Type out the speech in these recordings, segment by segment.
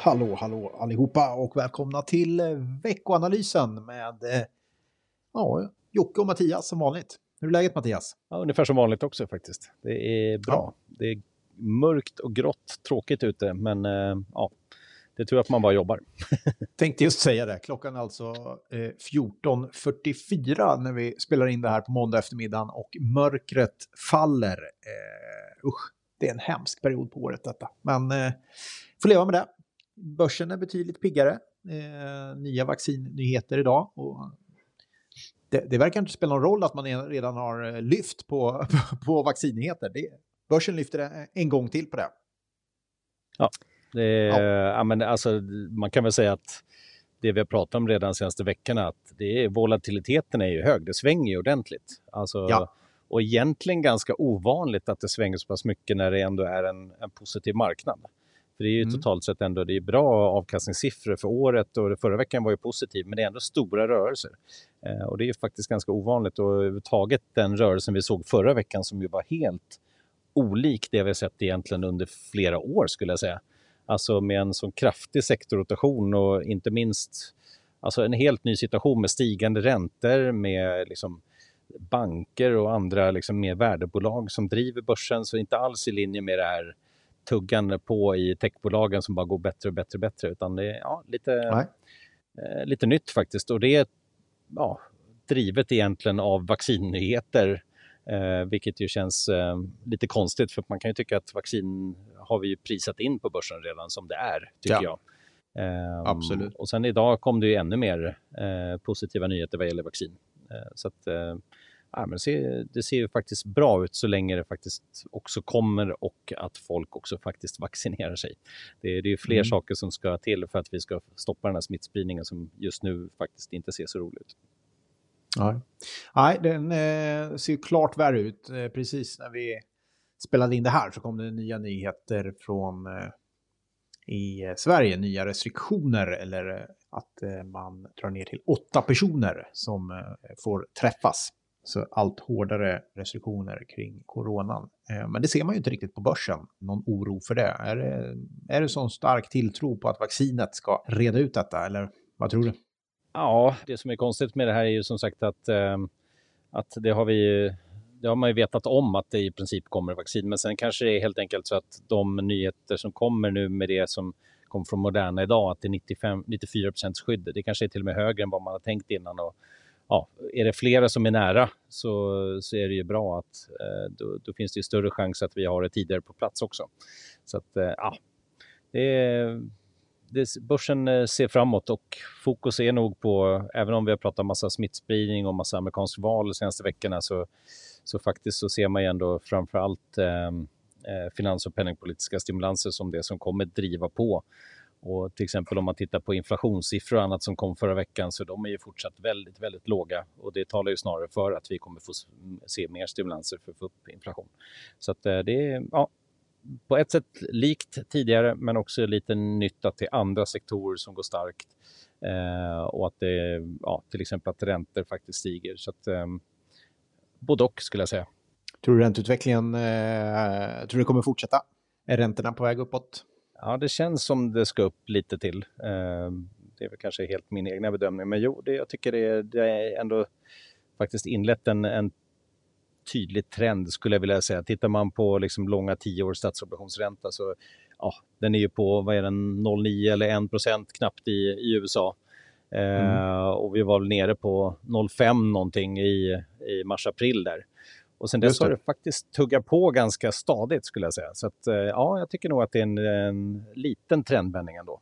Hallå allihopa och välkomna till veckoanalysen med Jocke och Mattias som vanligt. Hur är läget, Mattias? Ja, ungefär som vanligt också faktiskt. Det är bra. Ja. Det är mörkt och grått, tråkigt ute, men det tror jag att man bara jobbar. Tänkte just säga det. Klockan är alltså 14.44 när vi spelar in det här på måndag eftermiddagen och mörkret faller. Det är en hemsk period på året detta. Men får leva med det. Börsen är betydligt piggare. Nya vaccinnyheter idag. Och det verkar inte spela någon roll att man redan har lyft på vaccinnyheter. Börsen lyfter det en gång till på det. Ja, men alltså, man kan väl säga att det vi har pratat om redan de senaste veckorna, att volatiliteten är ju hög. Det svänger ju ordentligt. Alltså, och egentligen ganska ovanligt att det svänger så pass mycket när det ändå är en positiv marknad. För det är ju totalt sett ändå, det är bra avkastningssiffror för året och förra veckan var ju positiv, men det är ändå stora rörelser. Och det är ju faktiskt ganska ovanligt, och överhuvudtaget den rörelsen vi såg förra veckan som ju var helt olik det vi har sett egentligen under flera år, skulle jag säga. Alltså med en sån kraftig sektorrotation och inte minst alltså en helt ny situation med stigande räntor, med liksom banker och andra liksom mer värdebolag som driver börsen, så inte alls i linje med det här tuggande på i techbolagen som bara går bättre och bättre, utan det är lite nytt faktiskt, och det är drivet egentligen av vaccinnyheter, vilket ju känns lite konstigt, för man kan ju tycka att vaccin har vi ju prisat in på börsen redan som det är, tycker jag. Absolut. Och sen idag kom det ju ännu mer positiva nyheter vad gäller vaccin. Så att men det ser ju faktiskt bra ut så länge det faktiskt också kommer och att folk också faktiskt vaccinerar sig. Det är ju fler saker som ska till för att vi ska stoppa den här smittspridningen som just nu faktiskt inte ser så roligt ut. Nej, den ser ju klart värre ut. Precis när vi spelade in det här så kom det nya nyheter från i Sverige, nya restriktioner, eller att man drar ner till 8 personer som får träffas. Så allt hårdare restriktioner kring coronan. Men det ser man ju inte riktigt på börsen. Någon oro för det. Är det sån stark tilltro på att vaccinet ska reda ut detta? Eller vad tror du? Ja, det som är konstigt med det här är ju som sagt att det har man ju vetat om att det i princip kommer vaccin. Men sen kanske det är helt enkelt så att de nyheter som kommer nu med det som kom från Moderna idag, att det är 94% skydd. Det kanske är till och med högre än vad man har tänkt innan. Och är det flera som är nära så är det ju bra att då finns det ju större chans att vi har det tidigare på plats också. Så att börsen ser framåt, och fokus är nog på, även om vi har pratat massa smittspridning och massa amerikansk val de senaste veckorna, så faktiskt så ser man ju ändå framförallt finans- och penningpolitiska stimulanser som det som kommer driva på. Och till exempel om man tittar på inflationssiffror och annat som kom förra veckan, så de är ju fortsatt väldigt, väldigt låga. Och det talar ju snarare för att vi kommer få se mer stimulanser för att få upp inflation. Så att det är på ett sätt likt tidigare, men också lite nytta till andra sektorer som går starkt. Och att det till exempel att räntor faktiskt stiger. Så att både och, skulle jag säga. Tror du räntutvecklingen tror du kommer fortsätta? Är räntorna på väg uppåt? Ja, det känns som det ska upp lite till. Det är väl kanske helt min egna bedömning. Men jag tycker det är ändå faktiskt inlett en tydlig trend, skulle jag vilja säga. Tittar man på liksom långa 10-års statsobligationsränta, så den är ju på 0,9 eller 1% knappt i USA. Och vi var väl nere på 0,5 någonting i mars-april där. Och sen dess har det faktiskt tuggat på ganska stadigt, skulle jag säga. Så att, jag tycker nog att det är en liten trendvändning ändå.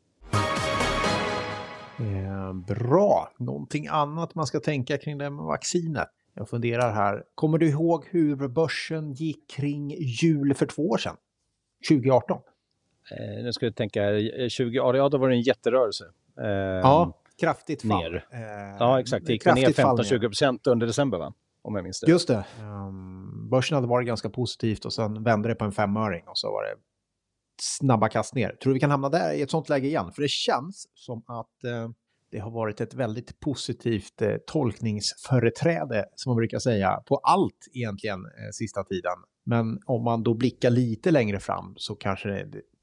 Bra. Någonting annat man ska tänka kring det med vaccinet? Jag funderar här. Kommer du ihåg hur börsen gick kring jul för 2 år sedan? 2018? Nu ska jag tänka, 2018, då var det en jätterörelse. Kraftigt fall. Ner. Ja, exakt. Det gick ner 15-20% under december, va? Om jag minns det. Just det. Börsen hade varit ganska positivt och sen vände det på en 5-öring och så var det snabba kast ner. Tror du vi kan hamna där i ett sånt läge igen? För det känns som att det har varit ett väldigt positivt tolkningsföreträde, som man brukar säga, på allt egentligen sista tiden. Men om man då blickar lite längre fram så kanske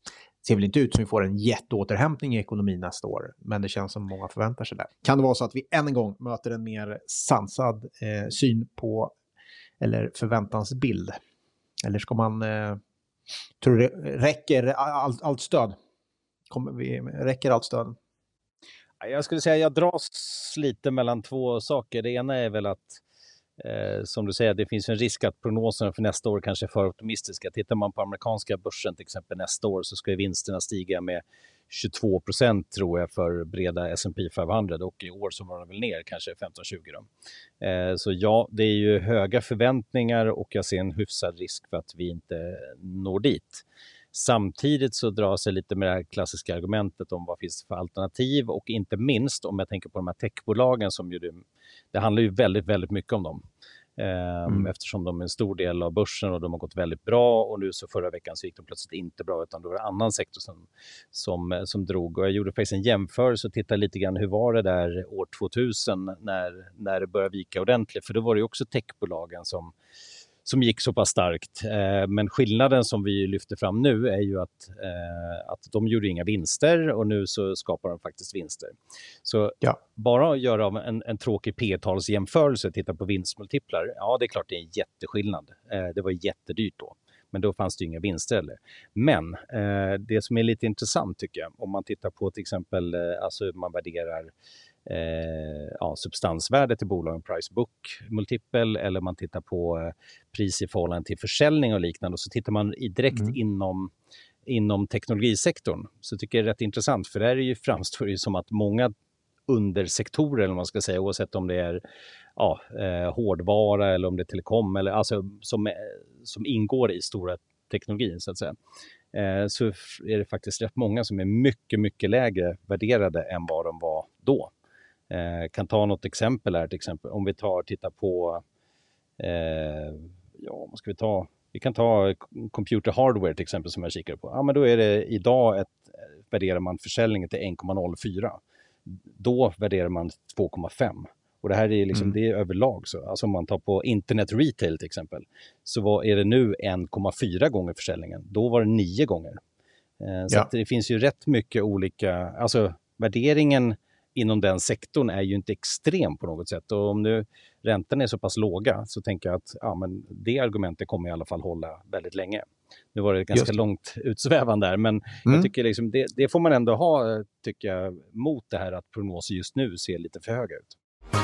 ser väl inte ut som vi får en jätteåterhämtning i ekonomin nästa år, men det känns som många förväntar sig det. Kan det vara så att vi än en gång möter en mer sansad syn på eller förväntansbild? Eller ska man, tror du det räcker allt stöd? Räcker allt stöd? Jag skulle säga jag dras lite mellan två saker. Det ena är väl att som du säger, det finns en risk att prognoserna för nästa år kanske är för optimistiska. Tittar man på amerikanska börsen till exempel nästa år så ska vinsterna stiga med 22% tror jag för breda S&P 500 och i år så var det väl ner kanske 15-20 då. Så ja, det är ju höga förväntningar och jag ser en hyfsad risk för att vi inte når dit. Samtidigt så drar sig lite med det här klassiska argumentet om vad finns det för alternativ och inte minst om jag tänker på de här techbolagen som ju det handlar ju väldigt, väldigt mycket om dem. Eftersom de är en stor del av börsen och de har gått väldigt bra och nu så förra veckan så gick de plötsligt inte bra utan det var en annan sektor som drog och jag gjorde faktiskt en jämförelse och tittade lite grann hur var det där år 2000 när det började vika ordentligt för då var det ju också techbolagen som gick så pass starkt. Men skillnaden som vi lyfter fram nu är ju att de gjorde inga vinster och nu så skapar de faktiskt vinster. Så bara att göra en tråkig P-talsjämförelse, titta på vinstmultiplar, ja det är klart det är en jätteskillnad. Det var jättedyrt då. Men då fanns det ju inga vinster heller. Men det som är lite intressant tycker jag, om man tittar på till exempel, alltså man värderar substansvärdet i bolagen, price book multipel eller man tittar på pris i förhållande till försäljning och liknande och så tittar man direkt inom teknologisektorn så tycker jag det är rätt intressant för där är ju framstår det som att många undersektorer eller man ska säga oavsett om det är hårdvara eller om det är telekom eller alltså som ingår i stora teknologin så att säga. Så är det faktiskt rätt många som är mycket, mycket lägre värderade än vad de var då. Kan ta något exempel här till exempel. Om vi tittar på vi kan ta computer hardware till exempel som jag kikar på. Ja men då är det idag värderar man försäljningen till 1,04. Då värderar man 2,5. Och det här är liksom det är överlag så. Alltså om man tar på internet retail till exempel så är det nu 1,4 gånger försäljningen. Då var det 9 gånger. Så att det finns ju rätt mycket olika, alltså värderingen inom den sektorn är ju inte extrem på något sätt. Och om nu räntan är så pass låga så tänker jag att men det argumentet kommer i alla fall hålla väldigt länge. Nu var det ganska långt utsvävande där, men jag tycker liksom det får man ändå ha tycker jag mot det här att prognoser just nu ser lite för höga ut.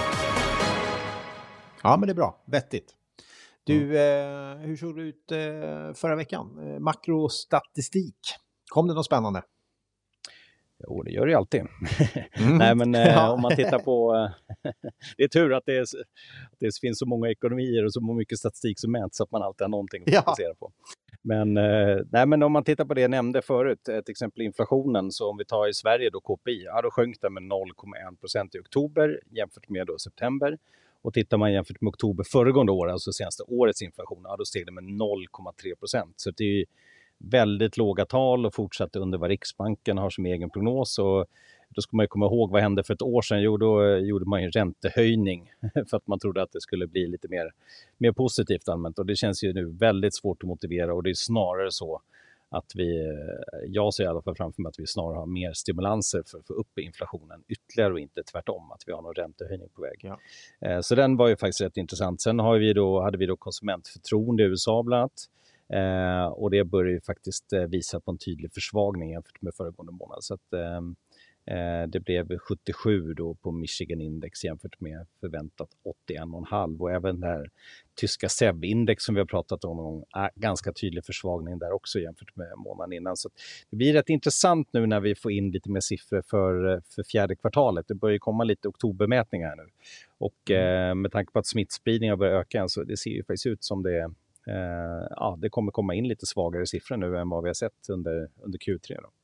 Ja, men det är bra. Vettigt. Du, hur såg det ut förra veckan? Makrostatistik. Kom det något spännande? Jo, det gör det ju alltid. Nej, men om man tittar på... det är tur att det finns så många ekonomier och så mycket statistik som mäts så att man alltid har någonting att fokusera på. Men om man tittar på det jag nämnde förut, till exempel inflationen, så om vi tar i Sverige då KPI, då sjönk det med 0,1% i oktober jämfört med då september. Och tittar man jämfört med oktober föregående år, alltså senaste årets inflation, då steg det med 0,3%. Så det är ju väldigt låga tal och fortsatte under vad Riksbanken har som egen prognos. Och då ska man ju komma ihåg vad hände för ett år sedan. Jo, då gjorde man en räntehöjning för att man trodde att det skulle bli lite mer positivt allmänt. Och det känns ju nu väldigt svårt att motivera och det är snarare så att jag ser i alla fall framför mig att vi snarare har mer stimulanser för att få upp inflationen ytterligare och inte tvärtom att vi har någon räntehöjning på väg. Ja. Så den var ju faktiskt rätt intressant. Sen hade vi då konsumentförtroende i USA bland annat. Och det börjar ju faktiskt visa på en tydlig försvagning jämfört med föregående månad. Så att det blev 77 då på Michigan Index jämfört med förväntat 81,5. Och även det här tyska SEV-index som vi har pratat om är ganska tydlig försvagning där också jämfört med månaden innan. Så det blir rätt intressant nu när vi får in lite mer siffror för fjärde kvartalet. Det börjar komma lite oktobermätningar nu. Och med tanke på att smittspridningen börjar öka så det ser ju faktiskt ut som det kommer komma in lite svagare siffror nu än vad vi har sett under Q3 då.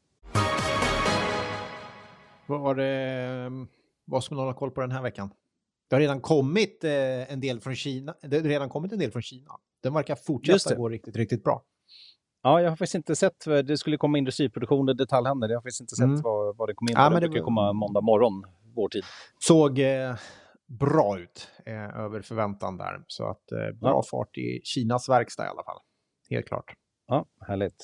Vad ska man hålla koll på den här veckan? Det har redan kommit en del från Kina. Den verkar fortsätta gå riktigt, riktigt bra. Ja, jag har faktiskt inte sett. Det skulle komma industriproduktion och detaljhandel. Jag har faktiskt inte sett vad det kom in. Det brukar komma måndag morgon, vår tid. Såg bra ut över förväntan där. Så att bra fart i Kinas verkstad i alla fall. Helt klart. Ja, härligt.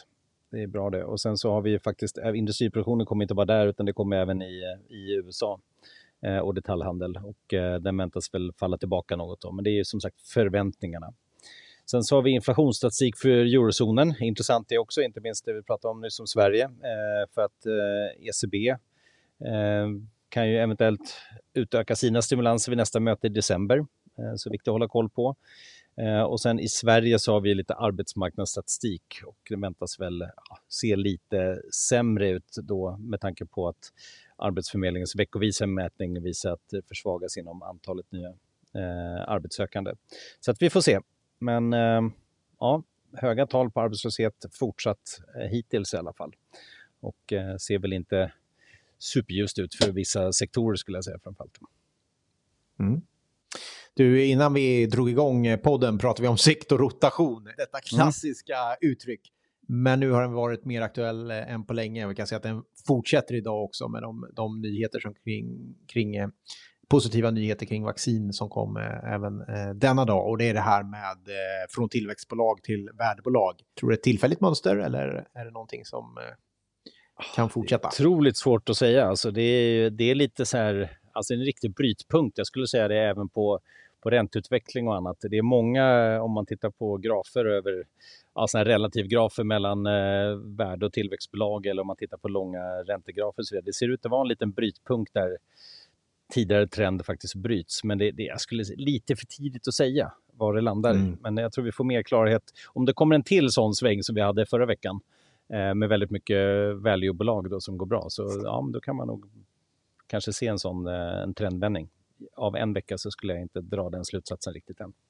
det är bra det. Och sen så har vi faktiskt, industriproduktionen kommer inte bara där utan det kommer även i USA och detaljhandel. Och den väntas väl falla tillbaka något då. Men det är ju som sagt förväntningarna. Sen så har vi inflationsstatistik för eurozonen. Intressant det också, inte minst det vi pratar om nu som Sverige. För att ECB kan ju eventuellt utöka sina stimulanser vid nästa möte i december. Så viktigt att hålla koll på. Och sen i Sverige så har vi lite arbetsmarknadsstatistik och det väntas väl se lite sämre ut då med tanke på att Arbetsförmedlingens veckovisa mätning visar att det försvagas inom antalet nya arbetssökande. Så att vi får se. Men ja, höga tal på arbetslöshet fortsatt hittills i alla fall. Och ser väl inte superljust ut för vissa sektorer skulle jag säga framförallt. Mm. Du, innan vi drog igång podden pratade vi om sektorrotation. Detta klassiska uttryck. Men nu har den varit mer aktuell än på länge. Vi kan säga att den fortsätter idag också med de nyheter som kring positiva nyheter kring vaccin som kom även denna dag. Och det är det här med från tillväxtbolag till värdebolag. Tror du det är ett tillfälligt mönster eller är det någonting som kan fortsätta? Det är otroligt svårt att säga. Alltså det är lite så här, alltså en riktig brytpunkt. Jag skulle säga det även på ränteutveckling och annat. Det är många, om man tittar på grafer över, alltså relativgrafer mellan värde- och tillväxtbolag eller om man tittar på långa räntegrafer. Så det ser ut att vara en liten brytpunkt där tidigare trend faktiskt bryts. Men jag skulle lite för tidigt att säga var det landar i. Men jag tror vi får mer klarhet. Om det kommer en till sån sväng som vi hade förra veckan med väldigt mycket value-bolag då som går bra. Så ja, då kan man nog kanske se en trendvändning. Av en vecka så skulle jag inte dra den slutsatsen riktigt än.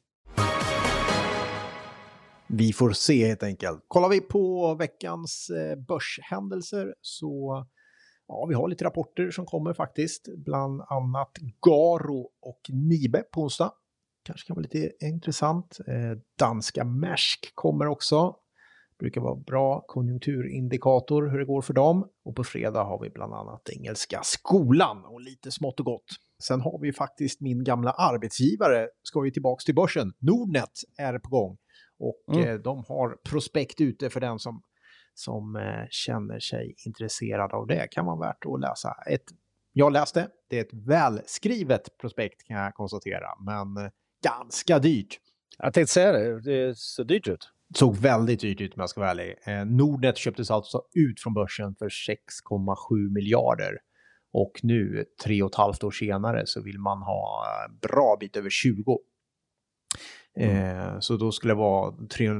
Vi får se helt enkelt. Kollar vi på veckans börshändelser så ja, vi har lite rapporter som kommer faktiskt. Bland annat Garo och Nibe på onsdag. Kanske kan vara lite intressant. Danska Maersk kommer också. Brukar vara bra konjunkturindikator hur det går för dem. Och på fredag har vi bland annat Engelska skolan och lite smått och gott. Sen har vi faktiskt min gamla arbetsgivare, ska vi tillbaka till börsen. Nordnet är på gång och de har prospekt ute för den som känner sig intresserad av det. Kan vara värt att läsa. Jag läste, det är ett välskrivet prospekt kan jag konstatera, men ganska dyrt. Jag tänkte säga det så dyrt ut. Såg väldigt dyrt ut om jag ska vara ärlig. Nordnet köptes alltså ut från börsen för 6,7 miljarder. Och nu, 3,5 år senare, så vill man ha bra bit över 20. Så då skulle det vara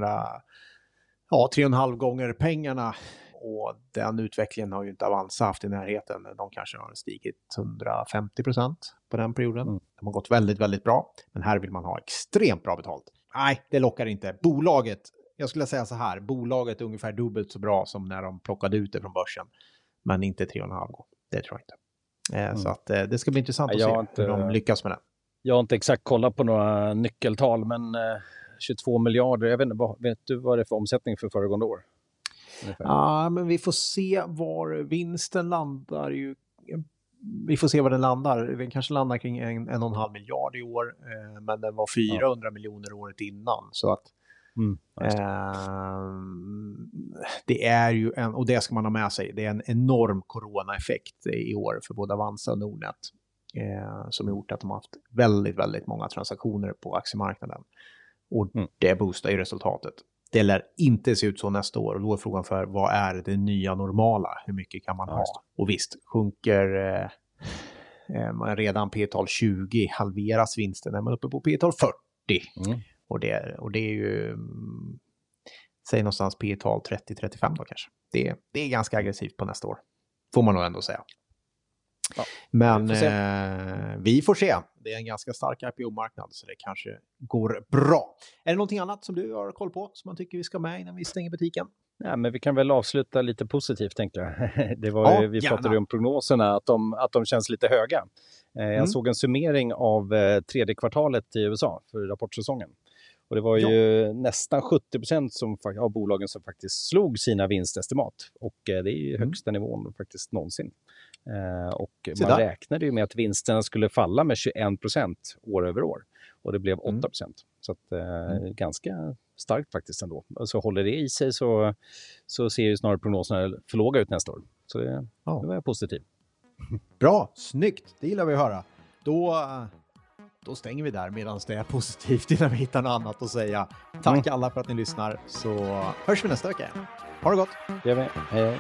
3,5 gånger pengarna. Och den utvecklingen har ju inte Avanza haft i närheten. De kanske har stigit 150% på den perioden. De har gått väldigt, väldigt bra. Men här vill man ha extremt bra betalt. Nej, det lockar inte. Bolaget, jag skulle säga så här, bolaget är ungefär dubbelt så bra som när de plockade ut det från börsen. Men inte 3,5 gånger. Det tror jag inte. Så att det ska bli intressant att se hur de lyckas med det. Jag har inte exakt kollat på några nyckeltal, men 22 miljarder, jag vet du vad det är för omsättning för föregående år? Ja, men vi får se var vinsten landar. Vi får se var den landar. Den kanske landar kring 1,5 miljard i år, men den var 400 miljoner året innan. Så att det är ju och det ska man ha med sig. Det är en enorm coronaeffekt i år för både Avanza och Nordnet som har gjort att de har haft väldigt, väldigt många transaktioner på aktiemarknaden. Och det boostar ju resultatet. Det lär inte se ut så nästa år. Och då är frågan för vad är det nya normala? Hur mycket kan man ha? Och visst, sjunker man redan P-tal 20 halveras vinsten när man är uppe på P-tal 40. Och det är ju säg någonstans P-tal 30-35 då kanske. Det är ganska aggressivt på nästa år. Får man nog ändå säga. Ja, men vi får se. Det är en ganska stark IPO-marknad så det kanske går bra. Är det någonting annat som du har koll på som man tycker vi ska med innan vi stänger butiken? Ja, men vi kan väl avsluta lite positivt tänkte jag. Det var vi pratade om prognoserna, att de känns lite höga. Jag såg en summering av tredje kvartalet i USA för rapportsäsongen. Och det var ju nästan 70% av bolagen som faktiskt slog sina vinstestimat. Och det är ju högsta nivån faktiskt någonsin. Och man räknade ju med att vinsterna skulle falla med 21% år över år. Och det blev 8%. Så att, ganska starkt faktiskt ändå. Så håller det i sig så ser ju snarare prognoserna för låga ut nästa år. Så det var jag positiv. Bra, snyggt. Det gillar vi att höra. Då stänger vi där medan det är positivt innan vi hittar något annat att säga. Tack alla för att ni lyssnar, så hörs vi nästa vecka igen. Ha det gott! Det gör vi. Hej.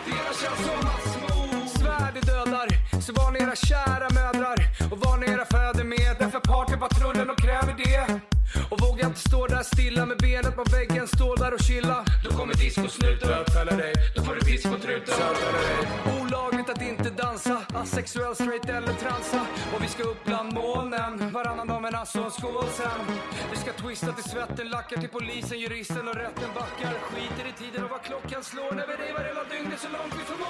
Svärd dödar, så var ni era kära mödrar och var ni era fäder med. Därför partypatrullen och kräver det. Och våga inte stå där stilla med benet på väggen, stå där och chilla. Då kommer discosnuten bötfälla dig, då får du discotruten bötfälla dig. Olagligt att inte dansa, asexuell, straight eller transa. Och vi ska upp bland molnen, varannan dag med nasso och skål sen. Vi ska twista till svetten, lackar till polisen, juristen och rätten backar. Skiter i tiden och vad klockan slår när vi revar hela dygnet så långt vi får.